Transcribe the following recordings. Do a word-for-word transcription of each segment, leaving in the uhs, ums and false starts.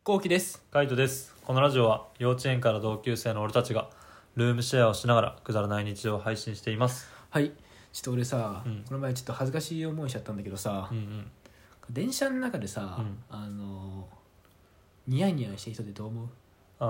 こうきです。 カイトです。このラジオは幼稚園から同級生の俺たちがルームシェアをしながらくだらない日常を配信しています。 はい。ちょっと俺さ、 うん、 この前ちょっと恥ずかしい思いしちゃったんだけどさ、 うんうん、 電車の中でさ、 うん、 あのニヤニヤしてる人ってどう思う？ あー、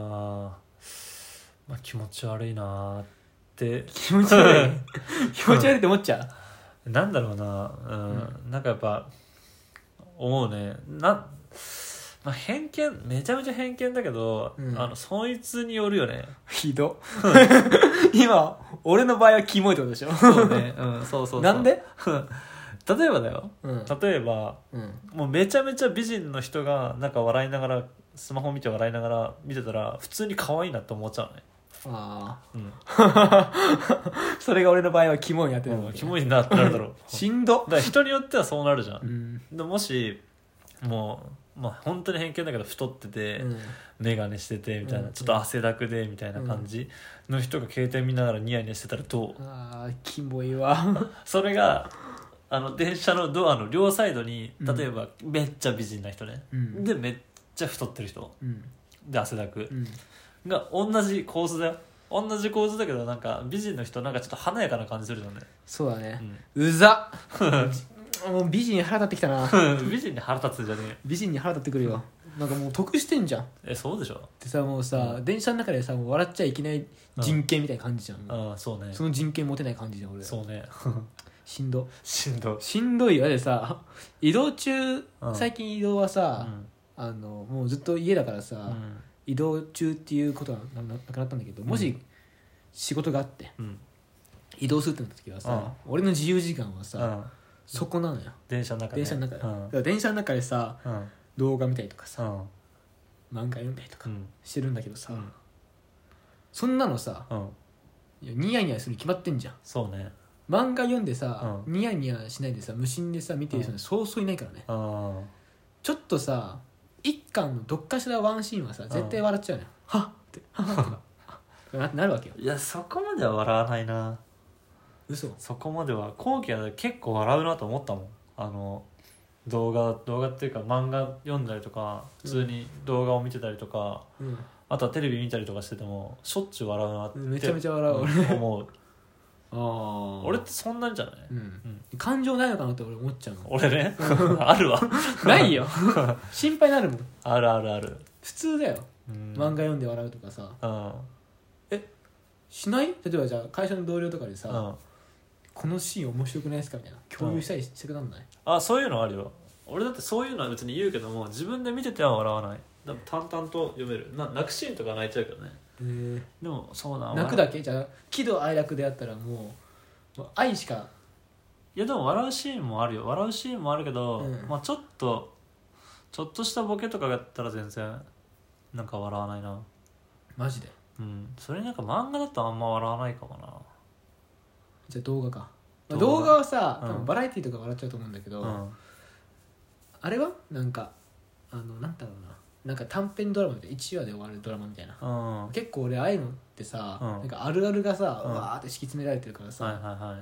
まあ、気持ち悪いなーって気持ち悪い気持ち悪いって思っちゃうなんだろうな、うん、うん、なんかやっぱ思うねな、まあ、偏見めちゃめちゃ偏見だけど、うん、あのそいつによるよね。 ひど今俺の場合はキモいってことでしょ。 そうね、うん、そうそうそう。 なんで例えばだよ、うん、例えば、 うん、 もうめちゃめちゃ美人の人がなんか笑いながらスマホ見て笑いながら見てたら普通に可愛いなって思っちゃうね。 ああ、 うん、 それが俺の場合はキモいなってなる、 うん、キモいなってなるだろうしんど。 だから人によってはそうなるじゃん、 うん、 でもしもう、まあ、本当に偏見だけど太ってて、うん、眼鏡しててみたいな、うん、ちょっと汗だくでみたいな感じの人が携帯見ながらニヤニヤしてたらどう？ あーキモいわそれがあの電車のドアの両サイドに例えばめっちゃ美人な人ね、うん、でめっちゃ太ってる人、うん、で汗だく、うん、が同じ構図だよ。同じ構図だけどなんか美人の人なんかちょっと華やかな感じするよね。 そうだね、うん、うざもう美人に腹立ってきたな美人に腹立つじゃねえ。 美人に腹立ってくるよ。なんかもう得してんじゃん。 え、そうでしょ。 でさ、もうさ、うん、電車の中でさ、もう笑っちゃいけない人権みたいな感じじゃん、 うん、ああそうね。 その人権持てない感じじゃん俺。 そうねしんどしんどしんどいよ。でさ移動中、うん、最近移動はさ、うん、あのもうずっと家だからさ、うん、移動中っていうことはなくなったんだけど、もし仕事があって、うん、移動するってなった時はさ、うん、俺の自由時間はさ、うん、そこなのよ。 電車の中で、 電車の中で、うん、だから電車の中でさ、うん、動画見たりとかさ、うん、漫画読んだりとかしてるんだけどさ、うん、そんなのさ、うん、いやニヤニヤするに決まってんじゃん。 そうね。 漫画読んでさ、うん、ニヤニヤしないでさ無心でさ見てる人にそうそういないからね、うん、ちょっとさ一巻のどっかしらワンシーンはさ絶対笑っちゃうのよ、うん、はっってはっってな, なるわけよ。 いやそこまでは笑わないな。 嘘。 そこまでは後期は結構笑うなと思ったもん。あの動画動画っていうか漫画読んだりとか普通に動画を見てたりとか、うん、あとはテレビ見たりとかしててもしょっちゅう笑うなってめちゃめちゃ笑う、 うん、思うあ俺ってそんなんじゃない、 うんうん、感情ないのかなって俺思っちゃうの。 俺ねあるわないよ心配になるもん。 あるあるある。 普通だよ、うん、漫画読んで笑うとかさ、うん、えしない？例えばじゃあ会社の同僚とかでさ、うん、このシーン面白くないですかみたいな共有したりしてくなんない？ うん、あそういうのあるよ。俺だってそういうのは別に言うけども自分で見てては笑わない。だ淡々と読める。な泣くシーンとか泣いちゃうけどね。えー、でもそうな泣くだけじゃあ喜怒哀楽であったらもう、もう愛しか。 いやでも笑うシーンもあるよ。笑うシーンもあるけど、うん、まあちょっとちょっとしたボケとかやったら全然なんか笑わないな。 マジで？ うんそれなんか漫画だとあんま笑わないかもな。 じゃあ動画か。動画、動画はさ、うん、多分バラエティとか笑っちゃうと思うんだけど、うん、あれはなんかあのなんだろうな、なんか短編ドラマみたいないちわで終わるドラマみたいな、うん、結構俺ああいうのってさ、うん、なんかあるあるがさ、うん、わーって敷き詰められてるからさ、はいはいはい、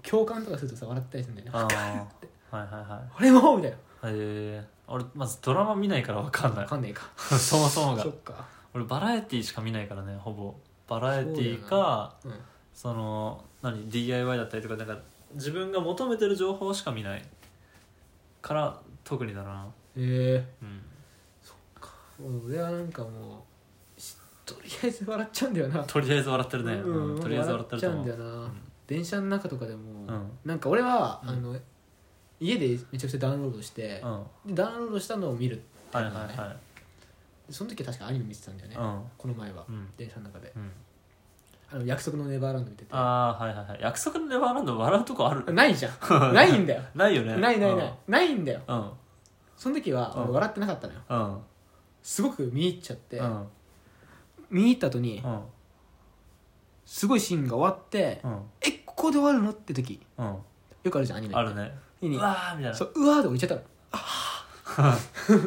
共感とかするとさ笑ったりするんだよね。あってはいはいはい、俺もみたいな。へえー、俺まずドラマ見ないから分かんない。 分かんねえかそもそもが。 そっか。 俺バラエティしか見ないからね。ほぼバラエティか そ,、うん、その何 ディーアイワイ だったりとかなんか自分が求めてる情報しか見ないから特にだな。 へえー、うん、そっか。俺はなんかもうとりあえず笑っちゃうんだよな。 とりあえず笑ってるね、うん、とりあえず笑ってると思う。 笑っちゃうんだよな、うん、電車の中とかでも、うん、なんか俺は、うん、あの家でめちゃくちゃダウンロードして、うん、でダウンロードしたのを見るっていうのね、はいはいはい、その時は確かアニメ見てたんだよね、うん、この前は、うん、電車の中で、うん、あの約束のネバーランド見てて。 ああはいはいはい。約束のネバーランド笑うとこある？ ないじゃんないんだよないよね。 ないないない、うん、ないんだよ、うん、その時は俺笑ってなかったのよ、うん、すごく見入っちゃって、うん、見入った後に、うん、すごいシーンが終わって、うん、えここで終わるのって時、うん、よくあるじゃんアニメ。 あるね。うわーみたいな。 そううわーとか言っちゃったの。あー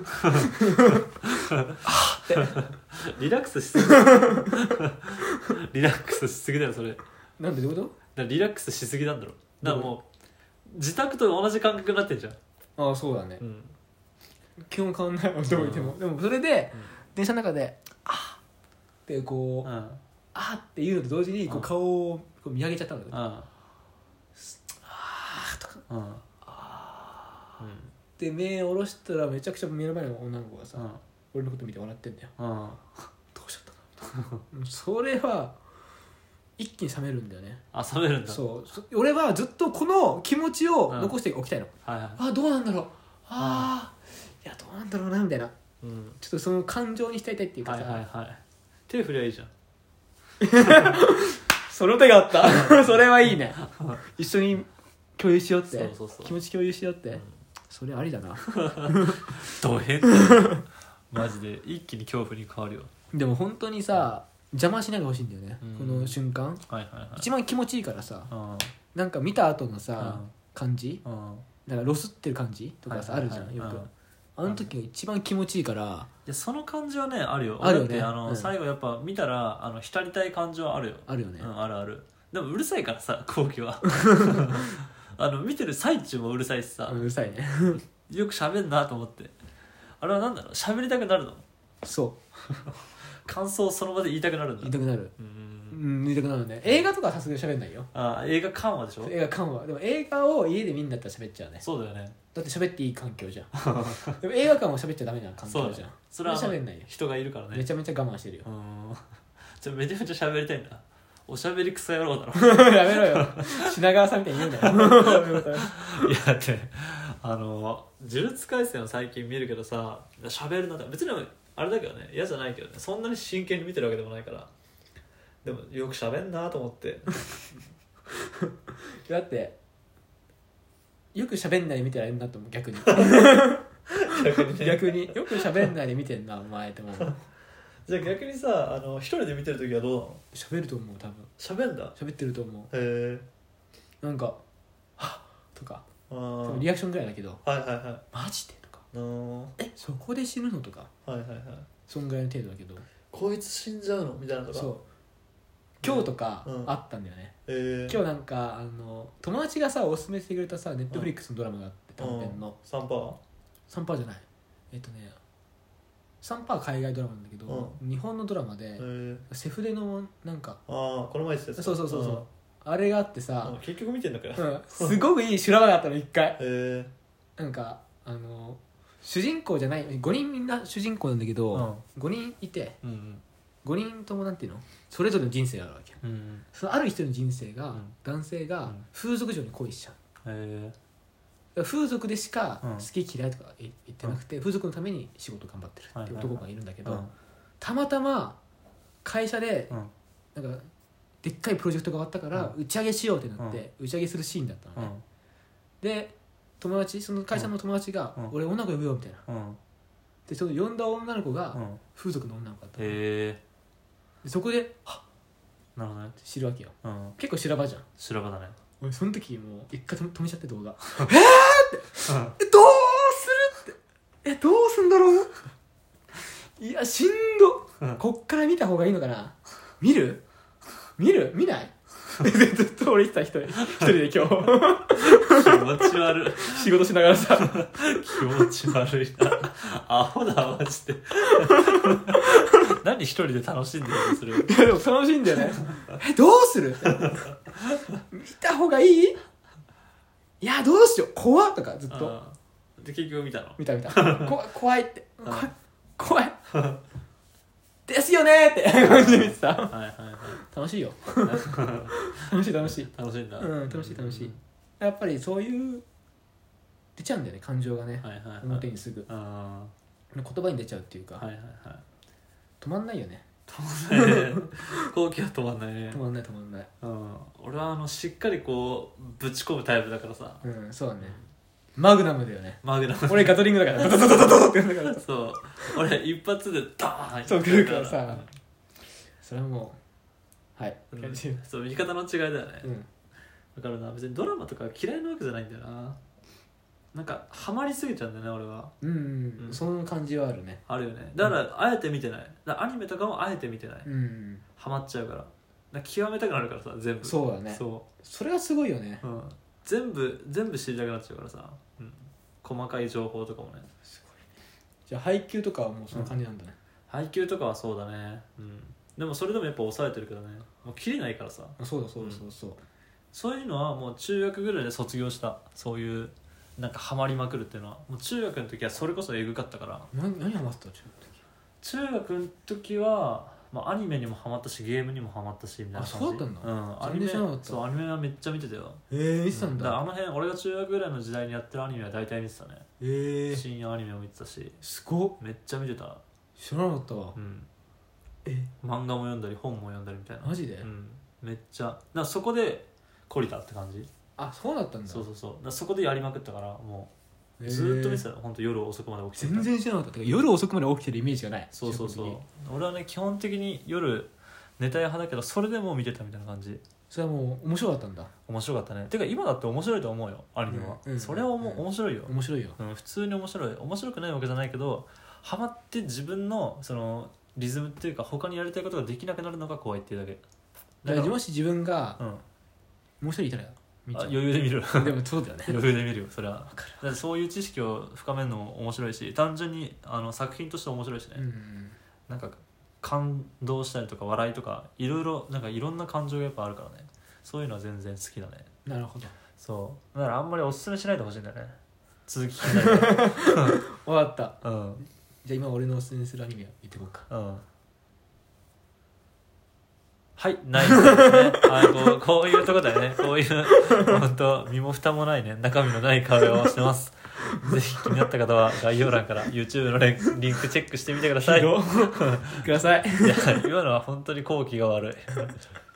あーってリラックスしすぎリラックスしすぎだよそれ。 なんでどういうこと？ だからリラックスしすぎなんだろ。だからもう自宅と同じ感覚になってんじゃん。 ああそうだね、うん、 基本変わんないわどこいても、うん、でもそれで、うん、電車の中であってこう、うん、あって言うのと同時にこう顔をこう見上げちゃったのよ、うん、あーとか、うん、あー、うん、で目を下ろしたらめちゃくちゃ目の前の女の子がさ、うん、俺のこと見て笑ってんだよ、うん、どうしちゃったのそれは一気に冷めるんだよね。 あ、冷めるんだ。 そう俺はずっとこの気持ちを残しておきたいの、うん、はいはい、あどうなんだろう、ああいやどうなんだろうなみたいな、うん、ちょっとその感情に浸りたいっていうかさ、はいはいはい、 手振りゃいいじゃんその手があったそれはいいね一緒に共有しようって、そうそうそう、気持ち共有しようって、うん、それありだなどへんマジで一気に恐怖に変わるよ。 でも本当にさ邪魔しないでほしいんだよね、うん、この瞬間、はいはいはい、一番気持ちいいからさ、うん、なんか見た後のさ、うん、感じ、うん、なんかロスってる感じとかさ、はいはいはい、あるじゃんよく、うん、あの時が一番気持ちいいから、いやその感じはねあるよ。 あるよね。 あの、うん、最後やっぱ見たらあの浸りたい感じはあるよ。 あるよね、 うん、あるある。でもうるさいからさ後期はあの見てる最中もうるさいしさ、 うるさいねよく喋んなと思って、あれはなんだろう、喋りたくなるの。 そう感想をその場で言いたくなるんだ。 言いたくなる、うん、言いたくなるね。映画とかはさすがに喋んないよ。 あ、映画緩和でしょ。 映画緩和でも映画を家で見んだったら喋っちゃうね。 そうだよね。 だって喋っていい環境じゃんでも映画館は喋っちゃダメな環境じゃん。 それは喋んないよ。人がいるからね。 めちゃめちゃ我慢してるよ。うん、 じゃめちゃめちゃ喋りたいんだ。おしゃべりクソ野郎だろやめろよ品川さんみたいに言うんだよいやだってあの呪術廻戦を最近見るけどさ、喋るなって別にあれだけどね、嫌じゃないけどね、そんなに真剣に見てるわけでもないから、でもよく喋んなと思ってだってよく喋んないで見てられるなと思う、逆に逆に、ね、逆によく喋んないで見てんなお前って思うじゃあ逆にさ、あの一人で見てるときはどうなの？ 喋ると思う、多分。 喋んだ？ 喋ってると思う。 へえ。なんかはっとか、あリアクションぐらいだけど、 はいはいはい、 マジでとか、えそこで死ぬのとか、 はいはいはい、 そんぐらいの程度だけど、 こいつ死んじゃうのみたいなとか。そう。 今日とかあったんだよね。うん、今日なんかあの友達がさおすすめしてくれたさネットフリックスのドラマがあって、短編の。 サンパー？ サンパーじゃない。えっとね。サンパー海外ドラマなんだけど、うん、日本のドラマでセフレのなんか、 ああこの前言ってたやつ。 そうそうそうそう、うん、あれがあってさ、 結局見てんだから、 うん、すごくいい修羅場があったの一回。へなんかあの主人公じゃないごにんみんな主人公なんだけど、うん、ごにんいて、うんうん、ごにんともなんていうのそれぞれの人生があるわけ、うんうん、そのある一人の人生が、うん、男性が風俗嬢に恋しちゃう、へ風俗でしか好き嫌いとか言ってなくて、うん、風俗のために仕事頑張ってるっていう男がいるんだけど、はいはいはい、たまたま会社でなんかでっかいプロジェクトが終わったから打ち上げしようってなって、打ち上げするシーンだったのね、うん、で友達その会社の友達が、うん、俺女の子呼ぶよみたいな、うん、でその呼んだ女の子が風俗の女の子だったの、うん、でそこではっなるほど、ね、知るわけよ、うん、結構修羅場じゃん。 修羅場だね。 俺その時もう一回止めちゃって動画えーって、うん、えどうするってえどうすんだろういやしんど、うん、こっから見た方がいいのかな。見る見る見ないずっと俺言ってた一人一人で今日気持ち悪い仕事しながらさ気持ち悪いなアホだマジで何一人で楽しんでるのする。 いやでも楽しいんだよねえどうする見た方がいい。いやどうしよう怖っとかずっと。 で結局見たの。 見た見たこ怖いって怖い怖いですよねって感じで見てた。はいはいはい。楽しいよ楽しい楽しい楽しいんだ。 うん楽しい楽しい。やっぱりそういう出ちゃうんだよね感情がね、はいはいはい、表にすぐあ言葉に出ちゃうっていうか、はいはいはい、止まんないよね。 止まんないね後期は止まんないね。 止まんない止まんない、 うん、俺はあのしっかりこうぶち込むタイプだからさ。 うんそうだね。マグナムだよね。 マグナム。 俺ガトリングだからドドドドドドってやるからそう俺一発でダーンそう来るからさ、それはもうはい、 うん、そう見方の違いだよね、うん、だからな別にドラマとか嫌いなわけじゃないんだよな。なんかハマりすぎちゃうんだよね俺は。 うん、うんうん、その感じはあるね。 あるよね。だからあえて見てない。だからアニメとかもあえて見てない、うん、ハマっちゃうから。だから極めたくなるからさ全部。 そうだね。そうそれはすごいよね、うん、 全部全部知りたくなっちゃうからさ、うん、細かい情報とかもね。 すじゃあ配給とかはもうその感じなんだね、 配給とかはそうだね、うん、でもそれでもやっぱ抑えてるけどね、もう切れないからさ。 あそうだそうだそうだそう、うん、 そういうのはもう中学ぐらいで卒業した。そういうなんかハマりまくるっていうのはもう中学の時はそれこそエグかったから。 何何ハマってた中学の時中学の時は、まあ、アニメにもハマったしゲームにもハマったしみたいな感じ。 あそうだったんだ、 うん、アニメそうアニメはめっちゃ見てたよ。 ええー、見てたんだ、 うん、だからあの辺俺が中学ぐらいの時代にやってるアニメは大体見てたね。 ええー、 深夜アニメを見てたし。 すごっ、 めっちゃ見てた。 知らなかったわ。 うん、 え漫画も読んだり本も読んだりみたいな。 マジで、 うん、めっちゃだからそこで懲りたって感じ。 あそうだったんだ。 そうそうそう、だからそこでやりまくったからもうずーっと見てたよ、本当夜遅くまで起きてた。 全然知らなかった。てか夜遅くまで起きてるイメージがない。 そうそうそう、俺はね基本的に夜寝たい派だけどそれでも見てたみたいな感じ。 それはもう面白かったんだ。 面白かったね。てか今だって面白いと思うよアニメは、うんうん、それはもう面白いよ、 面白いよ、 うん、普通に面白い。面白くないわけじゃないけどハマって自分のそのリズムっていうか他にやりたいことができなくなるのが怖いっていうだけだから。もし自分が、うん、もう一人いたら見ちゃう。あ余裕で見るでもそうだよね余裕で見るよそれは。だからそういう知識を深めるのも面白いし単純にあの作品として面白いしね、うんうん、なんか感動したりとか笑いとかいろいろなんかいろんな感情がやっぱあるからね。そういうのは全然好きだね。 なるほど。 そうだからあんまりおすすめしないでほしいんだよね。続き気になる分かった、 うん、 じゃあ今俺のおすすめするアニメ言ってこうか。 うんはいないですねあこう、こういうとこだよね。こういう本当身も蓋もないね中身のない壁をしてます。ぜひ気になった方は概要欄から YouTube のリンリンクチェックしてみてください。 ください。 いや今のは本当に後期が悪い